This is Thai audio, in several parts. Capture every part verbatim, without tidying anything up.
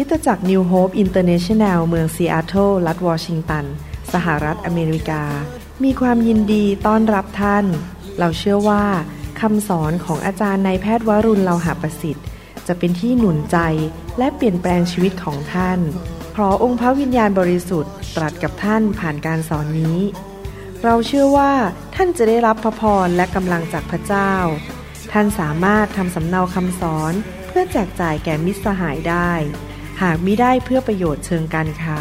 คริสตจักร New Hope International เมืองซีแอตเทิลรัฐวอชิงตันสหรัฐอเมริกามีความยินดีต้อนรับท่านเราเชื่อว่าคำสอนของอาจารย์นายแพทย์วรุณ เลาหะประสิทธิ์จะเป็นที่หนุนใจและเปลี่ยนแปลงชีวิตของท่านขอองค์พระวิญญาณบริสุทธิ์ตรัสกับท่านผ่านการสอนนี้เราเชื่อว่าท่านจะได้รับพระพรและกำลังจากพระเจ้าท่านสามารถทำสำเนาคำสอนเพื่อแจกจ่ายแก่มิตรสหายได้หากมิได้เพื่อประโยชน์เชิงการค้า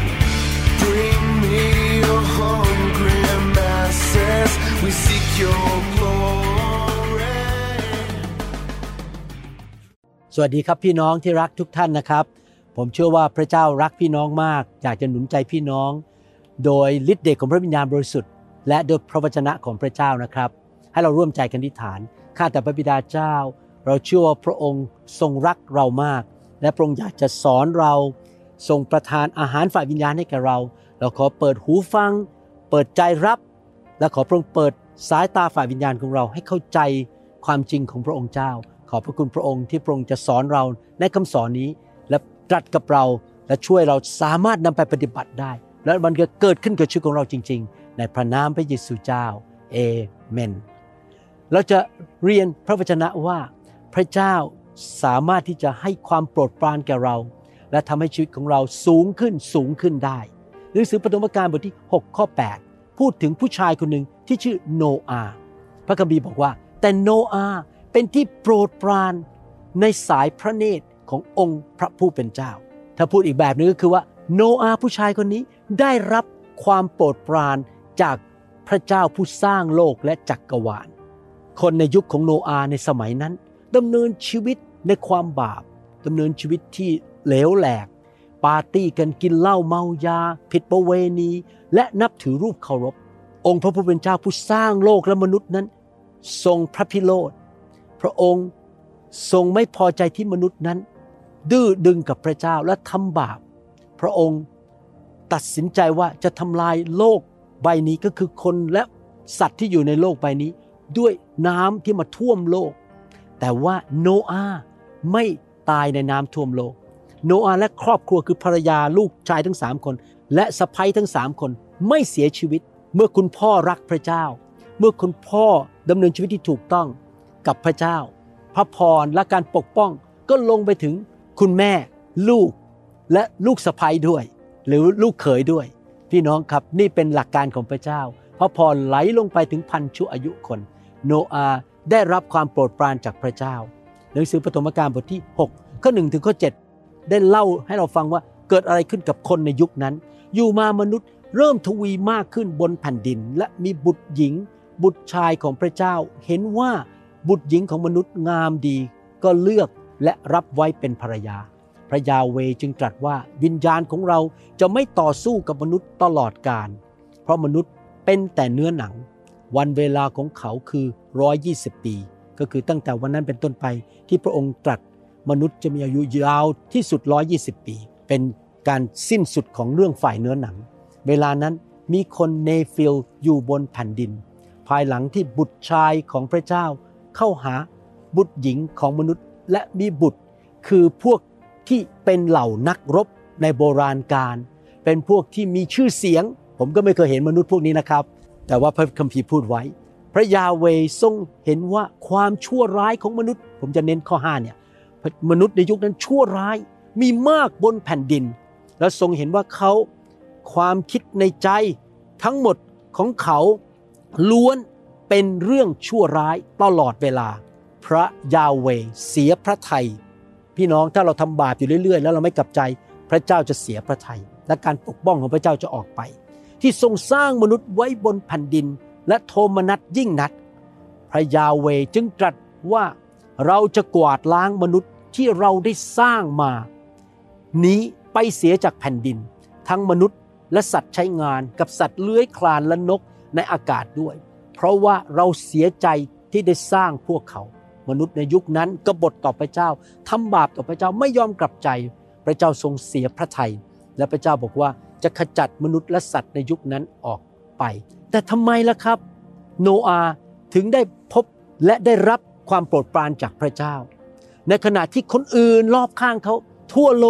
สวัสดีครับพี่น้องที่รักทุกท่านนะครับผมเชื่อว่าพระเจ้ารักพี่น้องมากอยากจะหนุนใจพี่น้องโดยฤทธิ์เดชของพระวิญญาณบริสุทธิ์และโดยพระวจนะของพระเจ้านะครับให้เราร่วมใจกันอธิษฐานข้าแต่พระบิดาเจ้าเราเชื่อว่าพระองค์ทรงรักเรามากและพระองค์อยากจะสอนเราทรงประทานอาหารฝ่ายวิญญาณให้แก่เราเราขอเปิดหูฟังเปิดใจรับและขอพระองค์เปิดสายตาฝ่ายวิญญาณของเราให้เข้าใจความจริงของพระองค์เจ้าขอบพระคุณพระองค์ที่พระองค์จะสอนเราในคำสอนนี้และตรัสกับเราและช่วยเราสามารถนำไปปฏิบัติได้และมันจะเกิดขึ้นกับชีวิตของเราจริงๆในพระนามพระเยซูเจ้าเอเมนเราจะเรียนพระวจนะว่าพระเจ้าสามารถที่จะให้ความโปรดปรานแก่เราและทำให้ชีวิตของเราสูงขึ้นสูงขึ้นได้หนังสือปฐมกาลบทที่หกข้อแปดพูดถึงผู้ชายคนหนึ่งที่ชื่อโนอาห์พระคัมภีร์บอกว่าแต่โนอาห์เป็นที่โปรดปรานในสายพระเนตรขององค์พระผู้เป็นเจ้าถ้าพูดอีกแบบนึงก็คือว่าโนอาห์ผู้ชายคนนี้ได้รับความโปรดปรานจากพระเจ้าผู้สร้างโลกและจักรวาลคนในยุคของโนอาห์ในสมัยนั้นดำเนินชีวิตในความบาปดำเนินชีวิตที่เหลวแหลกปาร์ตี้กันกินเหล้าเมายาผิดประเวณีและนับถือรูปเคารพองค์พระผู้เป็นเจ้าผู้สร้างโลกและมนุษย์นั้นทรงพระพิโรธพระองค์ทรงไม่พอใจที่มนุษย์นั้นดื้อดึงกับพระเจ้าและทำบาปพระองค์ตัดสินใจว่าจะทำลายโลกใบนี้ก็คือคนและสัตว์ที่อยู่ในโลกใบนี้ด้วยน้ำที่มาท่วมโลกแต่ว่าโนอาห์ไม่ตายในน้ำท่วมโลกโนอาห์และครอบครัวคือภรรยาลูกชายทั้งสามคนและสะใภ้ทั้งสามคนไม่เสียชีวิตเมื่อคุณพ่อรักพระเจ้าเมื่อคุณพ่อดำเนินชีวิตที่ถูกต้องกับพระเจ้าพระพรและการปกป้องก็ลงไปถึงคุณแม่ลูกและลูกสะใภ้ด้วยหรือลูกเขยด้วยพี่น้องครับนี่เป็นหลักการของพระเจ้าพระพรไหลลงไปถึงพันชั่วอายุคนโนอาห์ได้รับความโปรดปรานจากพระเจ้าหนังสือปฐมกาลบทที่หกข้อหนึ่งถึงข้อเจ็ดได้เล่าให้เราฟังว่าเกิดอะไรขึ้นกับคนในยุคนั้นอยู่มามนุษย์เริ่มทวีมากขึ้นบนแผ่นดินและมีบุตรหญิงบุตรชายของพระเจ้าเห็นว่าบุตรหญิงของมนุษย์งามดีก็เลือกและรับไว้เป็นภรรยาพระยาเวห์จึงตรัสว่าวิญญาณของเราจะไม่ต่อสู้กับมนุษย์ตลอดกาลเพราะมนุษย์เป็นแต่เนื้อหนังวันเวลาของเขาคือหนึ่งร้อยยี่สิบปีก็คือตั้งแต่วันนั้นเป็นต้นไปที่พระองค์ตรัสมนุษย์จะมีอายุยาวที่สุดหนึ่งร้อยยี่สิบปีเป็นการสิ้นสุดของเรื่องฝ่ายเนื้อหนังเวลานั้นมีคนเนฟิลอยู่บนแผ่นดินภายหลังที่บุตรชายของพระเจ้าเข้าหาบุตรหญิงของมนุษย์และมีบุตรคือพวกที่เป็นเหล่านักรบในโบราณกาลเป็นพวกที่มีชื่อเสียงผมก็ไม่เคยเห็นมนุษย์พวกนี้นะครับแต่ว่าพระคัมภีร์พูดไว้พระยาเวห์ทรงเห็นว่าความชั่วร้ายของมนุษย์ผมจะเน้นข้อห้าเนี่ยมนุษย์ในยุคนั้นชั่วร้ายมีมากบนแผ่นดินและทรงเห็นว่าเขาความคิดในใจทั้งหมดของเขาล้วนเป็นเรื่องชั่วร้ายตลอดเวลาพระยาเวห์เสียพระทัยพี่น้องถ้าเราทำบาปอยู่เรื่อยๆแล้วเราไม่กลับใจพระเจ้าจะเสียพระทัยและการปกป้องของพระเจ้าจะออกไปที่ทรงสร้างมนุษย์ไว้บนแผ่นดินและโทมนัสยิ่งนักพระยาเวห์จึงตรัสว่าเราจะกวาดล้างมนุษย์ที่เราได้สร้างมานี้ไปเสียจากแผ่นดินทั้งมนุษย์และสัตว์ใช้งานกับสัตว์เลื้อยคลานและนกในอากาศด้วยเพราะว่าเราเสียใจที่ได้สร้างพวกเขามนุษย์ในยุคนั้นกบฏต่อพระเจ้าทำบาปต่อพระเจ้าไม่ยอมกลับใจพระเจ้าทรงเสียพระทัยและพระเจ้าบอกว่าจะขจัดมนุษย์และสัตว์ในยุคนั้นออกไปแต่ทำไมล่ะครับโนอาห์ถึงได้พบและได้รับความโปรดปรานจากพระเจ้าในขณะที่คนอื่นรอบข้างเขาทั่วโลก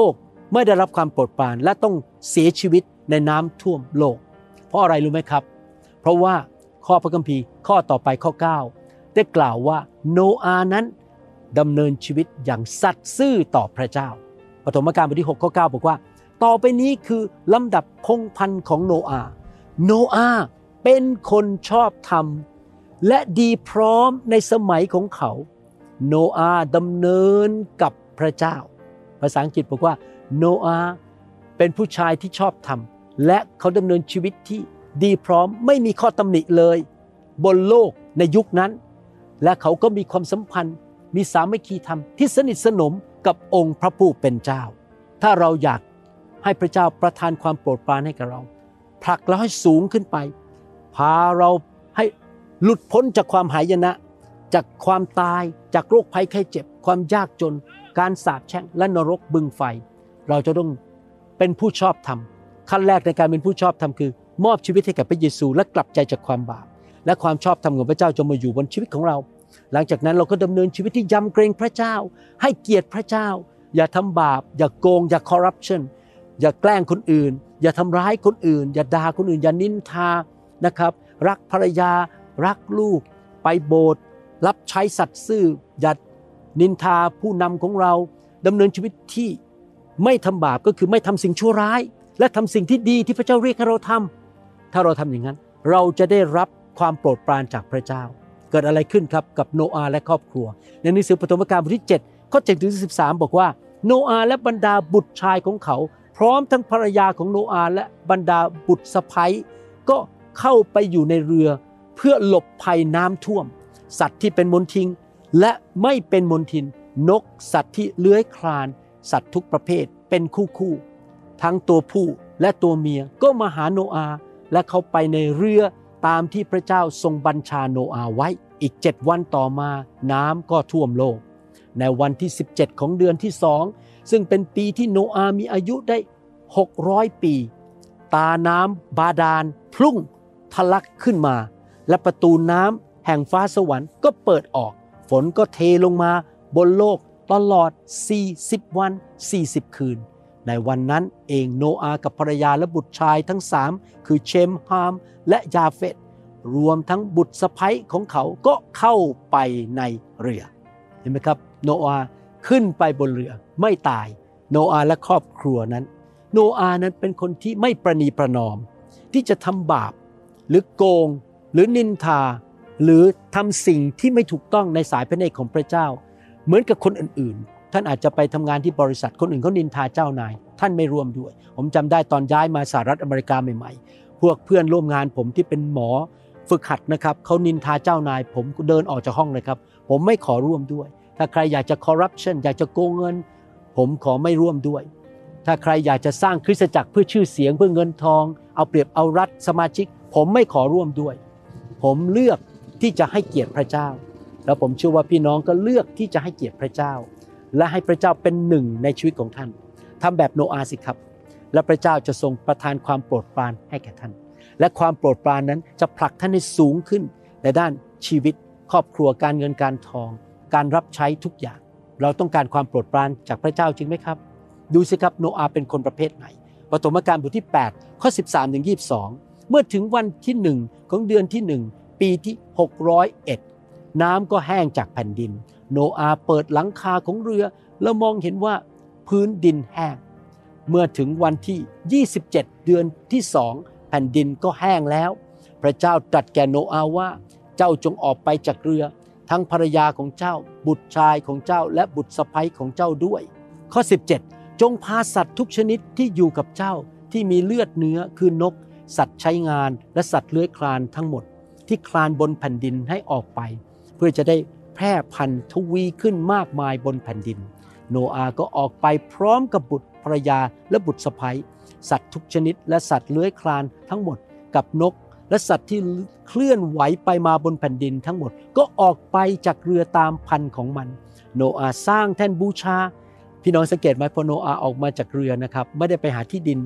ไม่ได้รับความโปรดปรานและต้องเสียชีวิตในน้ำท่วมโลกเพราะอะไรรู้ไหมครับเพราะว่าข้อพระคัมภีร์ข้อต่อไปข้อเก้าได้กล่าวว่าโนอาห์นั้นดำเนินชีวิตอย่างสัตย์ซื่อต่อพระเจ้าปฐมกาลบทที่หกข้อเก้าบอกว่าต่อไปนี้คือลำดับพงศ์พันธุ์ของโนอาห์โนอาห์เป็นคนชอบธรรมและดีพร้อมในสมัยของเขาโนอาห์ดำเนินกับพระเจ้าภาษาอังกฤษบอกว่าโนอาห์เป็นผู้ชายที่ชอบธรรมและเขาดำเนินชีวิตที่ดีพร้อมไม่มีข้อตำหนิเลยบนโลกในยุคนั้นและเขาก็มีความสัมพันธ์มีสามัคคีธรรมที่สนิทสนมกับองค์พระผู้เป็นเจ้าถ้าเราอยากให้พระเจ้าประทานความโปรดปรานให้กับเราผลักเราให้สูงขึ้นไปพาเราให้หลุดพ้นจากความหายนะจากความตายจากโรคภัยไข้เจ็บความยากจนการสาปแช่งและนรกบึงไฟเราจะต้องเป็นผู้ชอบธรรมขั้นแรกในการเป็นผู้ชอบธรรมคือมอบชีวิตให้กับพระเยซูและกลับใจจากความบาปและความชอบธรรมของพระเจ้าจะมาอยู่บนชีวิตของเราหลังจากนั้นเราก็ดำเนินชีวิตที่ยำเกรงพระเจ้าให้เกียรติพระเจ้าอย่าทำบาปอย่าโกงอย่าคอร์รัปชันอย่าแกล้งคนอื่นอย่าทำร้ายคนอื่นอย่าด่าคนอื่นอย่านินทานะครับรักภรรยารักลูกไปโบสถ์รับใช้สัตย์ซื่ออย่านินทาผู้นำของเราดำเนินชีวิตที่ไม่ทำบาปก็คือไม่ทำสิ่งชั่วร้ายและทำสิ่งที่ดีที่พระเจ้าเรียกให้เราทำถ้าเราทำอย่างนั้นเราจะได้รับความโปรดปรานจากพระเจ้าเกิดอะไรขึ้นครับกับโนอาห์และครอบครัวในหนังสือปฐมกาลบทที่เจ็ดข้อเจ็ดถึงสิบสามบอกว่าโนอาห์และบรรดาบุตรชายของเขาพร้อมทั้งภรรยาของโนอาห์และบรรดาบุตรสะใภ้ก็เข้าไปอยู่ในเรือเพื่อหลบภัยน้ำท่วมสัตว์ที่เป็นมลทินและไม่เป็นมลทินนกสัตว์ที่เลื้อยคลานสัตว์ทุกประเภทเป็นคู่ๆทั้งตัวผู้และตัวเมียก็มาหาโนอาห์และเขาไปในเรือตามที่พระเจ้าทรงบัญชาโนอาห์ไว้อีกเจ็ดวันต่อมาน้ำก็ท่วมโลกในวันที่สิบเจ็ดของเดือนที่สองซึ่งเป็นปีที่โนอาห์มีอายุได้หกร้อยปีตาน้ำบาดาลพุ่งทะลักขึ้นมาและประตูน้ำแห่งฟ้าสวรรค์ก็เปิดออกฝนก็เทลงมาบนโลกตลอดสี่สิบวันสี่สิบคืนในวันนั้นเองโนอาห์กับภรรยาและบุตรชายทั้งสามคือเชมฮามและยาเฟตรวมทั้งบุตรสะใภ้ของเขาก็เข้าไปในเรือเห็นไหมครับโนอาห์ขึ้นไปบนเรือไม่ตายโนอาห์และครอบครัวนั้นโนอาห์นั้นเป็นคนที่ไม่ประนีประนอมที่จะทำบาปหรือโกงหรือนินทาหรือทำสิ่งที่ไม่ถูกต้องในสายพระเนตรของพระเจ้าเหมือนกับคนอื่นๆท่านอาจจะไปทำงานที่บริษัทคนอื่นเขานินทาเจ้านายท่านไม่ร่วมด้วยผมจำได้ตอนย้ายมาสหรัฐอเมริกาใหม่ๆพวกเพื่อนร่วมงานผมที่เป็นหมอฝึกหัดนะครับเขานินทาเจ้านายผมเดินออกจากห้องเลยครับผมไม่ขอร่วมด้วยถ้าใครอยากจะคอร์รัปชันอยากจะโกงเงินผมขอไม่ร่วมด้วยถ้าใครอยากจะสร้างคริสตจักรเพื่อชื่อเสียงเพื่อเงินทองเอาเปรียบเอารัฐสมาชิกผมไม่ขอร่วมด้วยผมเลือกที่จะให้เกียรติพระเจ้าแล้วผมเชื่อว่าพี่น้องก็เลือกที่จะให้เกียรติพระเจ้าและให้พระเจ้าเป็นหนึ่งในชีวิตของท่านทำแบบโนอาห์สิครับและพระเจ้าจะทรงประทานความโปรดปรานให้แก่ท่านและความโปรดปรานนั้นจะผลักท่านให้สูงขึ้นในด้านชีวิตครอบครัวการเงินการทองการรับใช้ทุกอย่างเราต้องการความโปรดปรานจากพระเจ้าจริงไหมครับดูสิครับโนอาห์เป็นคนประเภทไหนปฐมกาลบทที่แปดข้อสิบสามถึงยี่สิบสองเมื่อถึงวันที่หนึ่งของเดือนที่หนึ่งปีที่หกร้อยเอ็ดน้ำก็แห้งจากแผ่นดินโนอาห์เปิดหลังคาของเรือแล้วมองเห็นว่าพื้นดินแห้งเมื่อถึงวันที่ยี่สิบเจ็ดเดือนที่สองแผ่นดินก็แห้งแล้วพระเจ้าตรัสแก่โนอาห์ว่าเจ้าจงออกไปจากเรือทั้งภรรยาของเจ้าบุตรชายของเจ้าและบุตรสะใภ้ของเจ้าด้วยข้อสิบเจ็ดจงพาสัตว์ทุกชนิดที่อยู่กับเจ้าที่มีเลือดเนื้อคือนกสัตว์ใช้งานและสัตว์เลื้อยคลานทั้งหมดที่คลานบนแผ่นดินให้ออกไปเพื่อจะได้แพร่พันธุ์ทวีขึ้นมากมายบนแผ่นดินโนอาห์ก็ออกไปพร้อมกับบุตรภรรยาและบุตรสะใภ้สัตว์ทุกชนิดและสัตว์เลื้อยคลานทั้งหมดกับนกและสัตว์ที่เคลื่อนไหวไปมาบนแผ่นดินทั้งหมดก็ออกไปจากเรือตามพันธุ์ของมันโนอาห์สร้างแท่นบูชาพี่น้องสังเกตไหมพอโนอาห์ออกมาจากเรือนะครับไม่ได้ไปหาที่ดิน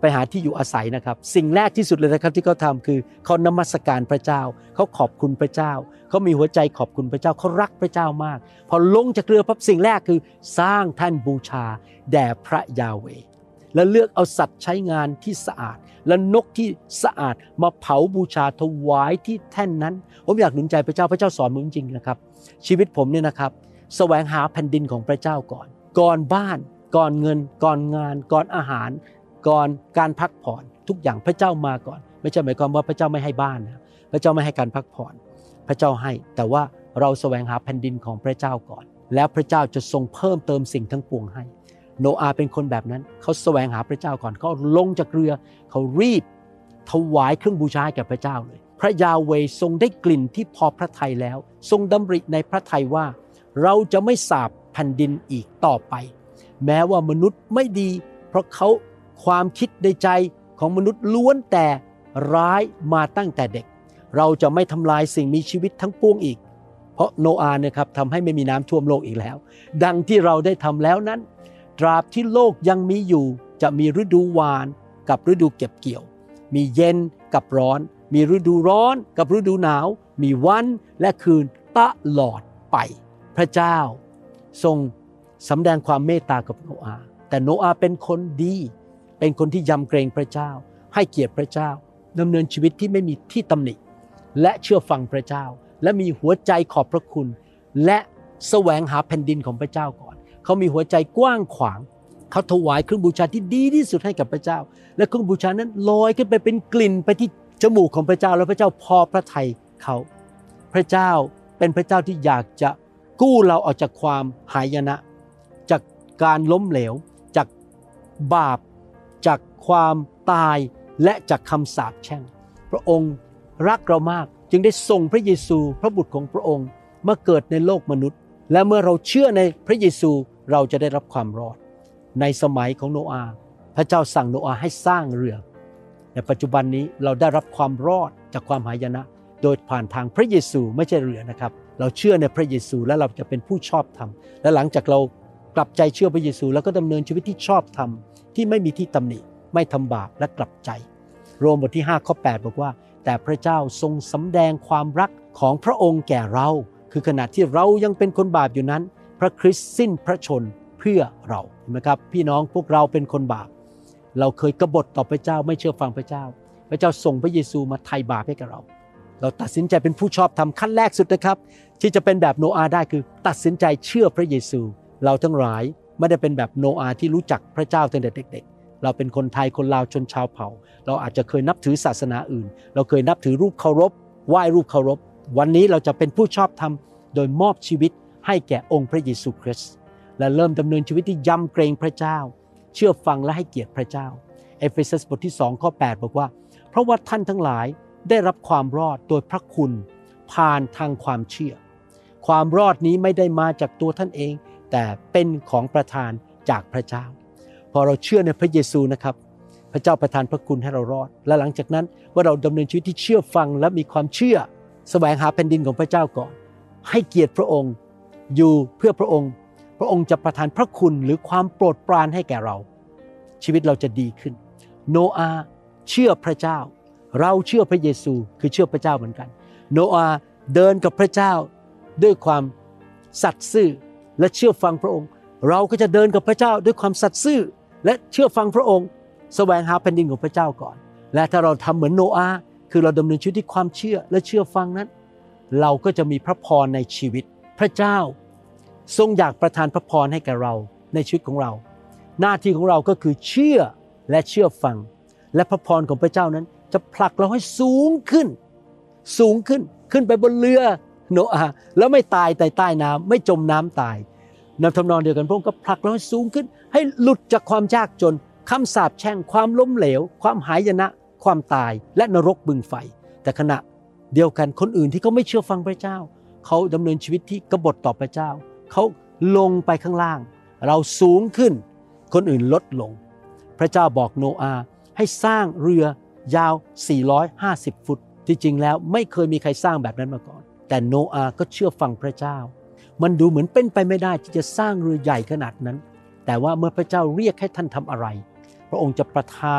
ไปหาที่อยู่อาศัยนะครับสิ่งแรกที่สุดเลยนะครับที่เขาทำคือเขานมัสการพระเจ้าเขาขอบคุณพระเจ้าเขามีหัวใจขอบคุณพระเจ้าเขารักพระเจ้ามากพอลงจากเรือปั๊บสิ่งแรกคือสร้างแท่นบูชาแด่พระยาเวห์และเลือกเอาสัตว์ใช้งานที่สะอาดและนกที่สะอาดมาเผาบูชาถวายที่แท่นนั้นผมอยากหนุนใจพระเจ้าพระเจ้าสอนผมจริงๆนะครับชีวิตผมเนี่ยนะครับแสวงหาแผ่นดินของพระเจ้าก่อนก่อนบ้านก่อนเงินก่อนงานก่อนอาหารก่อนการพักผ่อนทุกอย่างพระเจ้ามาก่อนไม่ใช่หมายความว่าพระเจ้าไม่ให้บ้านนะพระเจ้าไม่ให้การพักผ่อนพระเจ้าให้แต่ว่าเราแสวงหาแผ่นดินของพระเจ้าก่อนแล้วพระเจ้าจะทรงเพิ่มเติมสิ่งทั้งปวงให้โนอาห์เป็นคนแบบนั้นเขาแสวงหาพระเจ้าก่อนเขาลงจากเรือเขารีบถวายเครื่องบูชาให้แก่พระเจ้าเลยพระยาเวห์ทรงได้กลิ่นที่พอพระทัยแล้วทรงดำริในพระทัยว่าเราจะไม่สาปแผ่นดินอีกต่อไปแม้ว่ามนุษย์ไม่ดีเพราะเขาความคิดในใจของมนุษย์ล้วนแต่ร้ายมาตั้งแต่เด็กเราจะไม่ทำลายสิ่งมีชีวิตทั้งปวงอีกเพราะโนอาห์นะครับทำให้ไม่มีน้ำท่วมโลกอีกแล้วดังที่เราได้ทำแล้วนั้นตราบที่โลกยังมีอยู่จะมีฤดูหวานกับฤดูเก็บเกี่ยวมีเย็นกับร้อนมีฤดูร้อนกับฤดูหนาวมีวันและคืนตลอดไปพระเจ้าทรงสำแดงความเมตตากับโนอาห์แต่โนอาห์เป็นคนดีเป็นคนที่ยำเกรงพระเจ้าให้เกียรติพระเจ้าดำเนินชีวิตที่ไม่มีที่ตำหนิและเชื่อฟังพระเจ้าและมีหัวใจขอบพระคุณและแสวงหาแผ่นดินของพระเจ้าก่อนเขามีหัวใจกว้างขวางเขาถวายเครื่องบูชาที่ดีที่สุดให้กับพระเจ้าและเครื่องบูชานั้นลอยขึ้นไปเป็นกลิ่นไปที่จมูกของพระเจ้าแล้วพระเจ้าพอพระทัยเขาพระเจ้าเป็นพระเจ้าที่อยากจะกู้เราออกจากความหายนะจากการล้มเหลวจากบาปจากความตายและจากคำสาปแช่งพระองค์รักเรามากจึงได้ส่งพระเยซูพระบุตรของพระองค์มาเกิดในโลกมนุษย์และเมื่อเราเชื่อในพระเยซูเราจะได้รับความรอดในสมัยของโนอาห์พระเจ้าสั่งโนอาห์ให้สร้างเรือในปัจจุบันนี้เราได้รับความรอดจากความหายนะโดยผ่านทางพระเยซูไม่ใช่เรือนะครับเราเชื่อในพระเยซูและเราจะเป็นผู้ชอบธรรมและหลังจากเรากลับใจเชื่อพระเยซูแล้วก็ดำเนินชีวิตที่ชอบธรรมที่ไม่มีที่ตำหนิไม่ทำบาปและกลับใจโรมบทที่ห้าข้อแปดบอกว่าแต่พระเจ้าทรงสำแดงความรักของพระองค์แก่เราคือขณะที่เรายังเป็นคนบาปอยู่นั้นพระคริสต์สิ้นพระชนเพื่อเราเห็นไหมครับพี่น้องพวกเราเป็นคนบาปเราเคยกบฏต่อพระเจ้าไม่เชื่อฟังพระเจ้าพระเจ้าส่งพระเยซูมาไถ่บาปให้กับเราเราตัดสินใจเป็นผู้ชอบธรรมขั้นแรกสุดนะครับที่จะเป็นแบบโนอาห์ได้คือตัดสินใจเชื่อพระเยซูเราทั้งหลายไม่ได้เป็นแบบโนอาห์ที่รู้จักพระเจ้าตั้งแต่เด็กๆเราเป็นคนไทยคนลาวชนชาวเผ่าเราอาจจะเคยนับถือศาสนาอื่นเราเคยนับถือรูปเคารพไหว้รูปเคารพวันนี้เราจะเป็นผู้ชอบธรรมโดยมอบชีวิตให้แก่องค์พระเยซูคริสต์และเริ่มดำเนินชีวิตที่ยำเกรงพระเจ้าเชื่อฟังและให้เกียรติพระเจ้าเอเฟซัสบทที่สองข้อแปดบอกว่าเพราะว่าท่านทั้งหลายได้รับความรอดโดยพระคุณผ่านทางความเชื่อความรอดนี้ไม่ได้มาจากตัวท่านเองแต่เป็นของประทานจากพระเจ้าพอเราเชื่อในพระเยซูนะครับพระเจ้าประทานพระคุณให้เรารอดและหลังจากนั้นเมื่อเราดำเนินชีวิตที่เชื่อฟังและมีความเชื่อแสวงหาแผ่นดินของพระเจ้าก่อนให้เกียรติพระองค์อยู่เพื่อพระองค์พระองค์จะประทานพระคุณหรือความโปรดปรานให้แก่เราชีวิตเราจะดีขึ้นโนอาห์เชื่อพระเจ้าเราเชื่อพระเยซูคือเชื่อพระเจ้าเหมือนกันโนอาห์เดินกับพระเจ้าด้วยความสัตย์ซื่อและเชื่อฟังพระองค์เราก็จะเดินกับพระเจ้าด้วยความสัตย์ซื่อและเชื่อฟังพระองค์แสวงหาแผ่นดินของพระเจ้าก่อนและถ้าเราทำเหมือนโนอาห์คือเราดำเนินชีวิตด้วยความเชื่อและเชื่อฟังนั้นเราก็จะมีพระพรในชีวิตพระเจ้าทรงอยากประทานพระพรให้แก่เราในชีวิตของเราหน้าที่ของเราก็คือเชื่อและเชื่อฟังและพระพรของพระเจ้านั้นจะผลักเราให้สูงขึ้นสูงขึ้นขึ้นไปบนเรือโนอาห์แล้วไม่ตายใต้ใต้น้ำไม่จมน้ำตายในทำนองเดียวกันพระองค์ก็ผลักเราให้สูงขึ้นให้หลุดจากความยากจนคำสาปแช่งความล้มเหลวความหายนะความตายและนรกบึงไฟแต่ขณะเดียวกันคนอื่นที่เขาไม่เชื่อฟังพระเจ้าเขาดำเนินชีวิตที่กบฏต่อพระเจ้าเขาลงไปข้างล่างเราสูงขึ้นคนอื่นลดลงพระเจ้าบอกโนอาห์ให้สร้างเรือยาวสี่ร้อยห้าสิบฟุตที่จริงแล้วไม่เคยมีใครสร้างแบบนั้นมาก่อนแต่โนอาห์ก็เชื่อฟังพระเจ้ามันดูเหมือนเป็นไปไม่ได้ที่จะสร้างเรือใหญ่ขนาดนั้นแต่ว่าเมื่อพระเจ้าเรียกให้ท่านทำอะไรพระองค์จะประทาน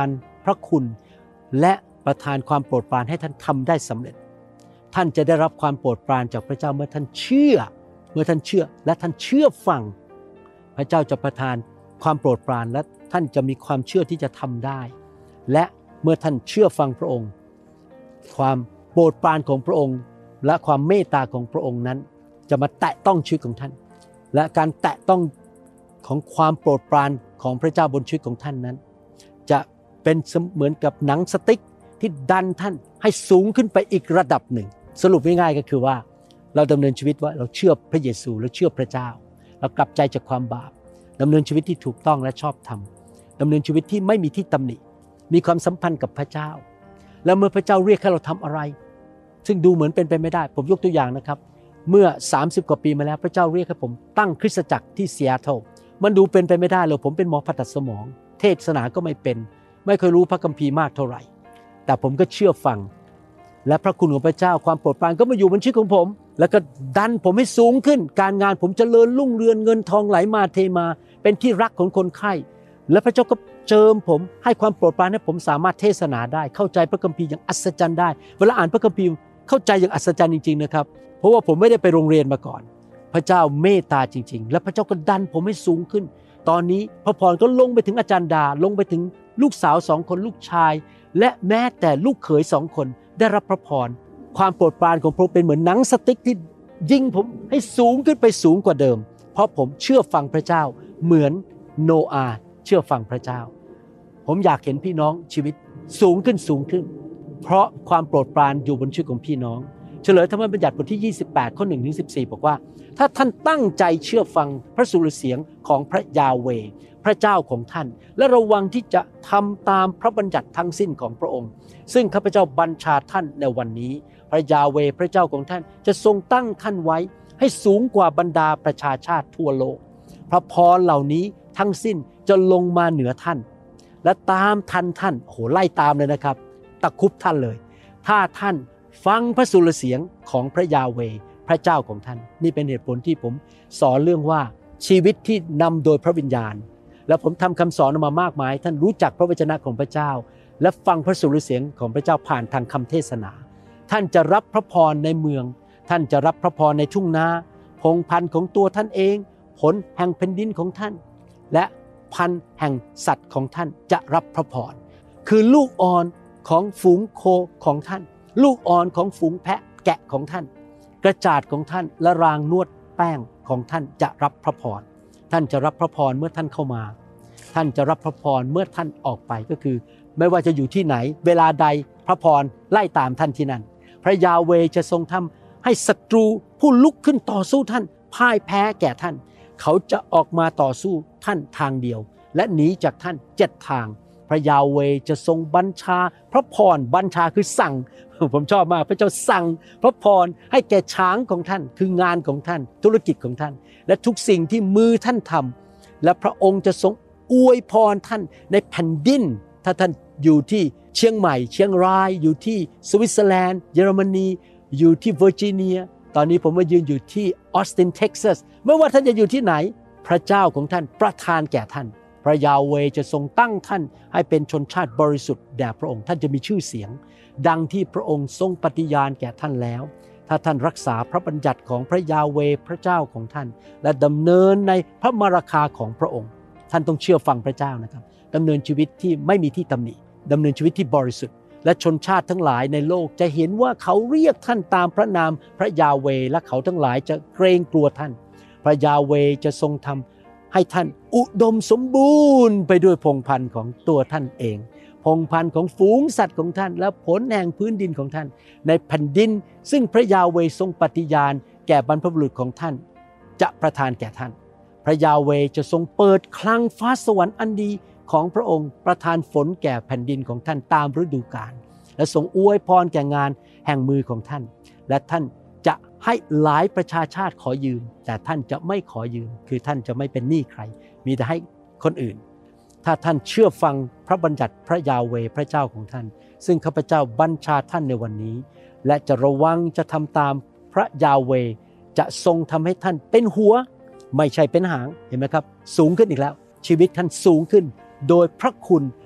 พระคุณและประทานความโปรดปรานให้ท่านทำได้สำเร็จท่านจะได้รับความโปรดปรานจากพระเจ้าเมื่อท่านเชื่อเมื่อท่านเชื่อและท่านเชื่อฟังพระเจ้าจะประทานความโปรดปรานและท่านจะมีความเชื่อที่จะทำได้และเมื่อท่านเชื่อฟังพระองค์ความโปรดปรานของพระองค์และความเมตตาของพระองค์นั้นจะมาแตะต้องชีวิตของท่านและการแตะต้องของความโปรดปรานของพระเจ้าบนชีวิตของท่านนั้นจะเป็นเหมือนกับหนังสติ๊กที่ดันท่านให้สูงขึ้นไปอีกระดับหนึ่งสรุปง่ายๆก็คือว่าเราดำเนินชีวิตว่าเราเชื่อพระเยซูและเชื่อพระเจ้าเรากลับใจจากความบาปดำเนินชีวิตที่ถูกต้องและชอบธรรมดำเนินชีวิตที่ไม่มีที่ตำหนิมีความสัมพันธ์กับพระเจ้าแล้วเมื่อพระเจ้าเรียกให้เราทำอะไรซึ่งดูเหมือนเป็นไปไม่ได้ผมยกตัวอย่างนะครับเมื่อสามสิบกว่าปีมาแล้วพระเจ้าเรียกให้ผมตั้งคริสตจักรที่ซีแอตเทิลมันดูเป็นไปไม่ได้เลยผมเป็นหมอผ่าตัดสมองเทศนาก็ไม่เป็นไม่เคยรู้พระคัมภีร์มากเท่าไหร่แต่ผมก็เชื่อฟังและพระคุณของพระเจ้าความโปรดปรานก็มาอยู่บนชีวิตของผมแล้วก็ดันผมให้สูงขึ้นการงานผมเจริญรุ่งเรืองเงินทองไหลมาเทมาเป็นที่รักของคนไข้และพระเจ้าก็เจิมผมให้ความโปรดปรานให้ผมสามารถเทศนาได้เข้าใจพระคัมภีร์อย่างอัศจรรย์ได้เวลาอ่านพระคัมภีร์เข้าใจอย่างอัศจรรย์จริงๆนะครับเพราะว่าผมไม่ได้ไปโรงเรียนมาก่อนพระเจ้าเมตตาจริงๆและพระเจ้าก็ดันผมให้สูงขึ้นตอนนี้พระพรก็ลงไปถึงอาจารย์ดาลงไปถึงลูกสาวสองคนลูกชายและแม้แต่ลูกเขยสองคนได้รับพระพรความโปรดปรานของพระองค์เป็นเหมือนหนังสติ๊กที่ยิงผมให้สูงขึ้นไปสูงกว่าเดิมเพราะผมเชื่อฟังพระเจ้าเหมือนโนอาห์เชื่อฟังพระเจ้าผมอยากเห็นพี่น้องชีวิตสูงขึ้นสูงขึ้นเพราะความโปรดปรานอยู่บนชีวิตของพี่น้องเฉลยธรรมบัญญัติบทที่ยี่สิบแปดข้อหนึ่งถึงสิบสี่บอกว่าถ้าท่านตั้งใจเชื่อฟังพระสุรเสียงของพระยาเวห์พระเจ้าของท่านและระวังที่จะทำตามพระบัญญัติทั้งสิ้นของพระองค์ซึ่งข้าพเจ้าบัญชาท่านในวันนี้พระยาเวห์พระเจ้าของท่านจะทรงตั้งท่านไว้ให้สูงกว่าบรรดาประชาชาติทั่วโลกพระพรเหล่านี้ทั้งสิ้นจะลงมาเหนือท่านและตามทันท่านโอ้โหไล่ตามเลยนะครับตะคุบท่านเลยถ้าท่านฟังพระสุรเสียงของพระยาเวห์พระเจ้าของท่านนี่เป็นเหตุผลที่ผมสอนเรื่องว่าชีวิตที่นำโดยพระวิญญาณแล้วผมทำคำสอนออกมามากมายท่านรู้จักพระวจนะของพระเจ้าและฟังพระสุรเสียงของพระเจ้าผ่านทางคำเทศนาท่านจะรับพระพรในเมืองท่านจะรับพระพรในทุ่งนาพงพันธุ์ของตัวท่านเองผลแห่งแผ่นดินของท่านและพันธุ์แห่งสัตว์ของท่านจะรับพระพรคือลูกอ่อนของฝูงโคของท่านลูกอ่อนของฝูงแพะแกะของท่านกระจาดของท่านและรางนวดแป้งของท่านจะรับพระพรท่านจะรับพระพรเมื่อท่านเข้ามาท่านจะรับพระพรเมื่อท่านออกไปก็คือไม่ว่าจะอยู่ที่ไหนเวลาใดพระพรไล่ตามท่านที่นั่นพระยาเวห์จะทรงทำให้ศัตรูผู้ลุกขึ้นต่อสู้ท่านพ่ายแพ้แก่ท่านเขาจะออกมาต่อสู้ท่านทางเดียวและหนีจากท่านเจ็ดทางพระยาเวห์จะทรงบัญชาพระพรบัญชาคือสั่งผมชอบมากพระเจ้าสั่งพระพรให้แก่ช้างของท่านคืองานของท่านธุรกิจของท่านและทุกสิ่งที่มือท่านทำและพระองค์จะทรงอวยพรท่านในแผ่นดินถ้าท่านอยู่ที่เชียงใหม่เชียงรายอยู่ที่สวิตเซอร์แลนด์เยอรมนีอยู่ที่เวอร์จิเนียตอนนี้ผมมายืนอยู่ที่ออสตินเท็กซัสไม่ว่าท่านจะอยู่ที่ไหนพระเจ้าของท่านประทานแก่ท่านพระยาเวห์จะทรงตั้งท่านให้เป็นชนชาติบริสุทธิ์แด่พระองค์ท่านจะมีชื่อเสียงดังที่พระองค์ทรงปฏิญาณแก่ท่านแล้วถ้าท่านรักษาพระบัญญัติของพระยาเวห์พระเจ้าของท่านและดำเนินในพระมรคาของพระองค์ท่านต้องเชื่อฟังพระเจ้านะครับดำเนินชีวิตที่ไม่มีที่ตำหนิดำเนินชีวิตที่บริสุทธิ์และชนชาติทั้งหลายในโลกจะเห็นว่าเขาเรียกท่านตามพระนามพระยาเวห์และเขาทั้งหลายจะเกรงกลัวท่านพระยาเวห์จะทรงทำให้ท่านอุดมสมบูรณ์ไปด้วยพงศ์พันธุ์ของตัวท่านเองพงศ์พันธุ์ของฝูงสัตว์ของท่านและผลแห่งพื้นดินของท่านในแผ่นดินซึ่งพระยาเวห์ทรงปฏิญาณแก่บรรพบุรุษของท่านจะประทานแก่ท่านพระยาเวห์จะทรงเปิดคลังฟ้าสวรรค์อันดีของพระองค์ประทานฝนแก่แผ่นดินของท่านตามฤดูกาลและทรงอวยพรแก่งานแห่งมือของท่านและท่านจะให้หลายประชาชาติขอยืมแต่ท่านจะไม่ขอยืมคือท่านจะไม่เป็นหนี้ใครมีแต่ให้คนอื่นถ้าท่านเชื่อฟังพระบัญญัติพระยาเวห์พระเจ้าของท่านซึ่งข้าพเจ้าบัญชาท่านในวันนี้และจะระวังจะทำตามพระยาเวห์จะทรงทำให้ท่านเป็นหัวไม่ใช่เป็นหางเห็นไหมครับสูงขึ้นอีกแล้วชีวิตท่านสูงขึ้นโดยพระคุณ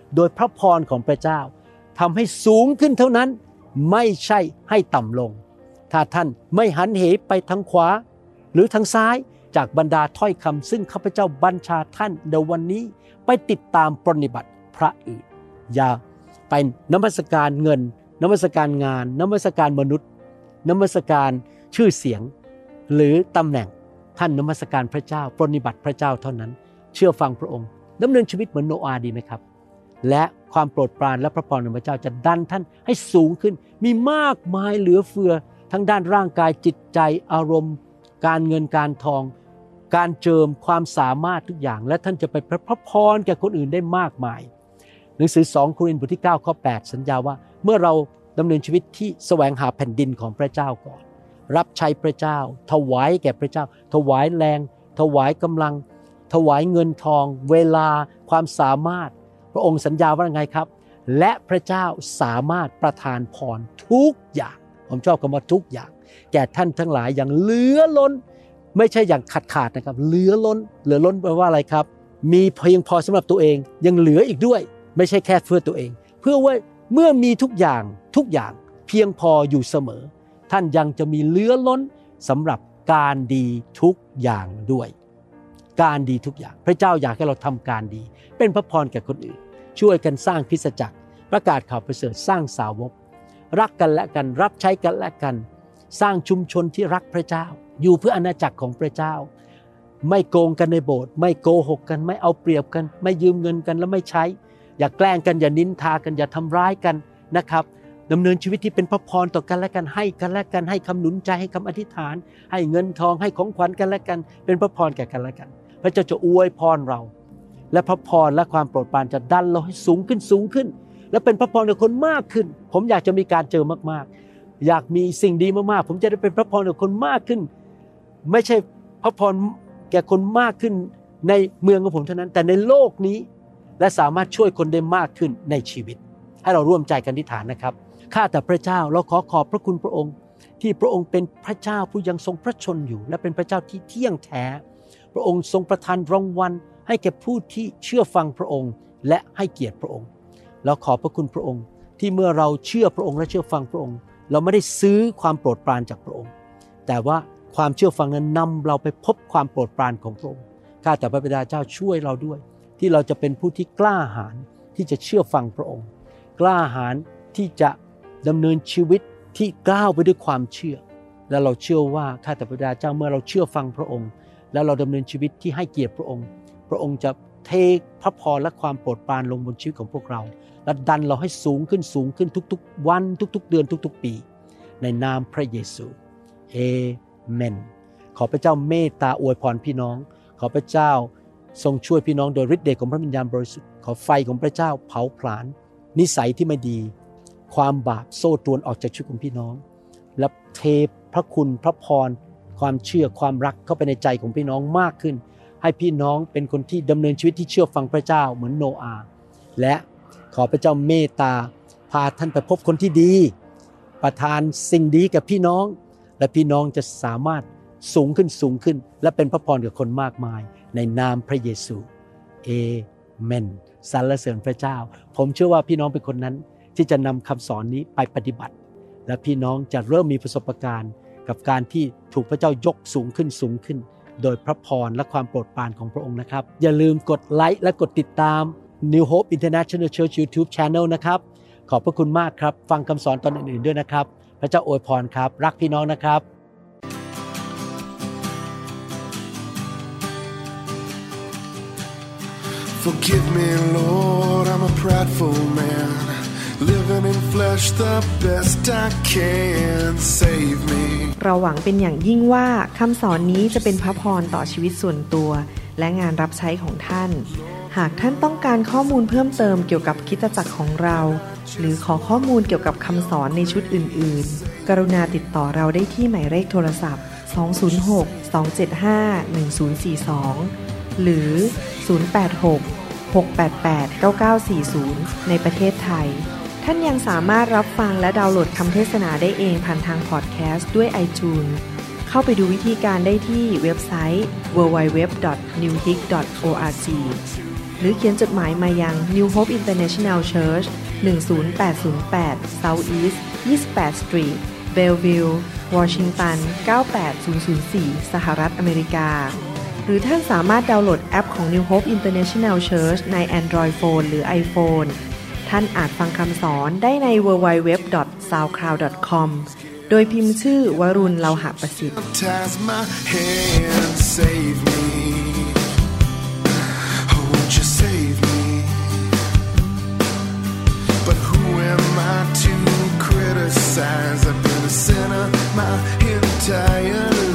โดยพระพรของพระเจ้าทำให้สูงขึ้นเท่านั้นไม่ใช่ให้ต่ำลงถ้าท่านไม่หันเหไปทางขวาหรือทางซ้ายจากบรรดาถ้อยคำซึ่งข้าพเจ้าบัญชาท่านในวันนี้ไปติดตามปฏิบัติพระอื่นอย่าไปนมัสการเงินนมัสการงานนมัสการมนุษย์นมัสการชื่อเสียงหรือตำแหน่งท่านนมัสการพระเจ้าปฏิบัติพระเจ้าเท่านั้นเชื่อฟังพระองค์ดำเนินชีวิตเหมือนโนอาห์ดีไหมครับและความโปรดปรานและพระพรของพระเจ้าจะดันท่านให้สูงขึ้นมีมากมายเหลือเฟือทั้งด้านร่างกายจิตใจอารมณ์การเงินการทองการเจิมความสามารถทุกอย่างและท่านจะไปพระพรแก่คนอื่นได้มากมายหนังสือสองโครินธ์บทที่เก้าข้อแปดสัญญาว่าเมื่อเราดำเนินชีวิตที่แสวงหาแผ่นดินของพระเจ้าก่อนรับใช้พระเจ้าถวายแก่พระเจ้าถวายแรงถวายกำลังถวายเงินทองเวลาความสามารถพระองค์สัญญาว่าไงครับและพระเจ้าสามารถประทานพรทุกอย่างผมชอบคำว่าทุกอย่างแก่ท่านทั้งหลายอย่างเหลือล้นไม่ใช่อย่างขาดขาดนะครับเหลือล้นเหลือล้นแปลว่าอะไรครับมีเพียงพอสำหรับตัวเองยังเหลืออีกด้วยไม่ใช่แค่เพื่อตัวเองเพื่อว่าเมื่อมีทุกอย่างทุกอย่างเพียงพออยู่เสมอท่านยังจะมีเหลือล้นสำหรับการดีทุกอย่างด้วยการดีทุกอย่างพระเจ้าอยากให้เราทำการดีเป็นพระพรแก่คนอื่นช่วยกันสร้างคริสตจักรประกาศข่าวประเสริฐสร้างสาวกรักกันและกันรับใช้กันและกันสร้างชุมชนที่รักพระเจ้าอยู่เพื่ออาณาจักรของพระเจ้าไม่โกงกันในโบสถ์ไม่โกหกกันไม่เอาเปรียบกันไม่ยืมเงินกันแล้วไม่ใช้อย่าแกล้งกันอย่านินทากันอย่าทำร้ายกันนะครับดำเนินชีวิตที่เป็นพระพรต่อกันและกันให้กันและกันให้คำหนุนใจให้คำอธิษฐานให้เงินทองให้ของขวัญกันและกันเป็นพระพรแก่กันและกันพระเจ้าจะอวยพรเราและพระพรและความโปรดปรานจะดันเราให้สูงขึ้นสูงขึ้นและเป็นพระพรแก่คนมากขึ้นผมอยากจะมีการเจอมากๆอยากมีสิ่งดีมากๆผมจะได้เป็นพระพรแก่คนมากขึ้นไม่ใช่พระพรแก่คนมากขึ้นในเมืองของผมเท่านั้นแต่ในโลกนี้และสามารถช่วยคนได้มากขึ้นในชีวิตให้เราร่วมใจกันอธิษฐานนะครับข้าแต่พระเจ้าเราขอขอบพระคุณพระองค์ที่พระองค์เป็นพระเจ้าผู้ยังทรงพระชนอยู่และเป็นพระเจ้าที่เที่ยงแท้พระองค์ทรงประทานรางวัลให้แก่ผู้ที่เชื่อฟังพระองค์และให้เกียรติพระองค์เราขอบพระคุณพระองค์ที่เมื่อเราเชื่อพระองค์และเชื่อฟังพระองค์เราไม่ได้ซื้อความโปรดปรานจากพระองค์แต่ว่าความเชื่อฟังนั้นนำเราไปพบความโปรดปรานของพระองค์ข้าแต่พระบิดาเจ้าช่วยเราด้วยที่เราจะเป็นผู้ที่กล้าหาญที่จะเชื่อฟังพระองค์กล้าหาญที่จะดำเนินชีวิตที่ก้าวไปด้วยความเชื่อและเราเชื่อว่าข้าแต่พระบิดาเจ้าเมื่อเราเชื่อฟังพระองค์และเราดำเนินชีวิตที่ให้เกียรติพระองค์พระองค์จะเทพระพรและความโปรดปรานลงบนชีวิตของพวกเราและดันเราให้สูงขึ้นสูงขึ้นทุกๆวันทุกๆเดือนทุกๆปีในนามพระเยซูเอเมนขอพระเจ้าเมตตาอวยพรพี่น้องขอพระเจ้าทรงช่วยพี่น้องโดยฤทธิ์เดชของพระวิญญาณบริสุทธิ์ขอไฟของพระเจ้าเผาผลาญนิสัยที่ไม่ดีความบาปโซ่ตรวนออกจากชีวิตของพี่น้องและเทพระคุณพระพรความเชื่อความรักเข้าไปในใจของพี่น้องมากขึ้นให้พี่น้องเป็นคนที่ดำเนินชีวิตที่เชื่อฟังพระเจ้าเหมือนโนอาห์และขอพระเจ้าเมตตาพาท่านไปพบคนที่ดีประทานสิ่งดีกับพี่น้องและพี่น้องจะสามารถสูงขึ้นสูงขึ้นและเป็นพระพรกับคนมากมายในนามพระเยซูเอเมนสรรเสริญพระเจ้าผมเชื่อว่าพี่น้องเป็นคนนั้นที่จะนำคำสอนนี้ไปปฏิบัติและพี่น้องจะเริ่มมีประสบการณ์กับการที่ถูกพระเจ้ายกสูงขึ้นสูงขึ้นโดยพระพรและความโปรดปรานของพระองค์นะครับอย่าลืมกดไลค์และกดติดตาม New Hope International Church YouTube Channel นะครับขอบพระคุณมากครับฟังคำสอนตอนอื่นๆด้วยนะครับพระเจ้าอวยพรครับรักพี่น้องนะครับ Forgive me, Lord, I'm a prideful man, living in flesh the best I can. Save me. เราหวังเป็นอย่างยิ่งว่าคำสอนนี้จะเป็นพระพรต่อชีวิตส่วนตัวและงานรับใช้ของท่านหากท่านต้องการข้อมูลเพิ่มเติมเกี่ยวกับคริสตจักรของเราหรือขอข้อมูลเกี่ยวกับคำสอนในชุดอื่นๆกรุณาติดต่อเราได้ที่หมายเลขโทรศัพท์สอง ศูนย์ หก สอง เจ็ด ห้า หนึ่ง ศูนย์ สี่ สองหรือศูนย์ แปด หก หก แปด แปด เก้า เก้า สี่ ศูนย์ในประเทศไทยท่านยังสามารถรับฟังและดาวน์โหลดคำเทศนาได้เองผ่านทางพอดแคสต์ด้วย iTunes เข้าไปดูวิธีการได้ที่เว็บไซต์ ดับเบิลยู ดับเบิลยู ดับเบิลยู ดอท นิว โฮป ดอท โอ อาร์ จีหรือเขียนจดหมายมายัง New Hope International Church หนึ่งศูนย์แปดศูนย์แปด South East ยี่สิบแปด Street Bellevue Washington เก้าแปดศูนย์ศูนย์สี่ สหรัฐอเมริกาหรือท่านสามารถดาวน์โหลดแอปของ New Hope International Church ใน Android Phone หรือ iPhone ท่านอาจฟังคำสอนได้ใน ดับเบิลยู ดับเบิลยู ดับเบิลยู ดอท ซาวด์คลาวด์ ดอท คอม โดยพิมพ์ชื่อวรุณ เลาหะประสิทธิ์ I've been a sinner my entire life.